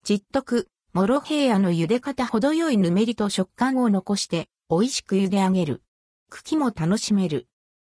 じっとく、モロヘイヤの茹で方程よいぬめりと食感を残して、美味しく茹で上げる。茎も楽しめる。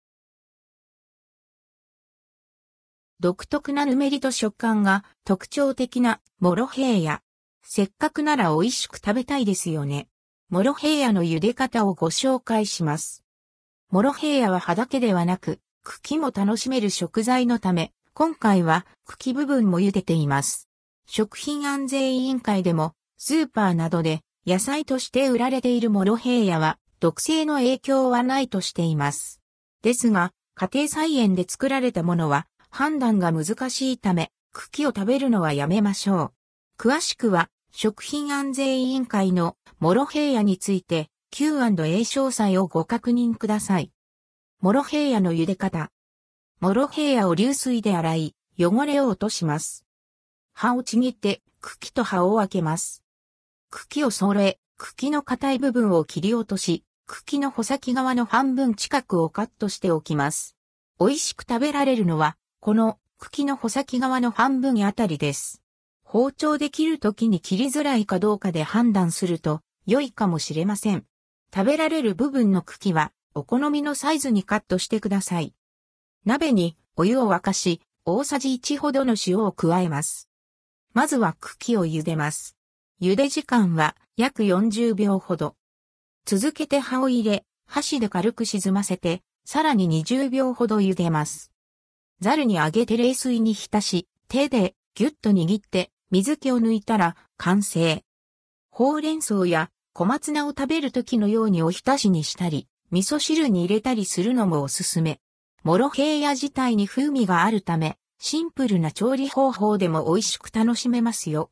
独特なぬめりと食感が特徴的なモロヘイヤ。せっかくなら美味しく食べたいですよね。モロヘイヤの茹で方をご紹介します。モロヘイヤは葉だけではなく、茎も楽しめる食材のため、今回は茎部分も茹でています。食品安全委員会でも、スーパーなどで野菜として売られているモロヘイヤは、毒性の影響はないとしています。ですが、家庭菜園で作られたものは、判断が難しいため、茎を食べるのはやめましょう。詳しくは、食品安全委員会のモロヘイヤについて Q&A 詳細をご確認ください。モロヘイヤの茹で方。モロヘイヤを流水で洗い、汚れを落とします。葉をちぎって、茎と葉を分けます。茎を揃え、茎の硬い部分を切り落とし、茎の穂先側の半分近くをカットしておきます。美味しく食べられるのは、この茎の穂先側の半分あたりです。包丁で切るときに切りづらいかどうかで判断すると良いかもしれません。食べられる部分の茎はお好みのサイズにカットしてください。鍋にお湯を沸かし、大さじ1ほどの塩を加えます。まずは茎を茹でます。茹で時間は約40秒ほど。続けて葉を入れ、箸で軽く沈ませて、さらに20秒ほど茹でます。ざるに上げて冷水に浸し、手でぎゅっと握って水気を抜いたら完成。ほうれん草や小松菜を食べる時のようにおひたしにしたり、味噌汁に入れたりするのもおすすめ。モロヘイヤ自体に風味があるため、シンプルな調理方法でも美味しく楽しめますよ。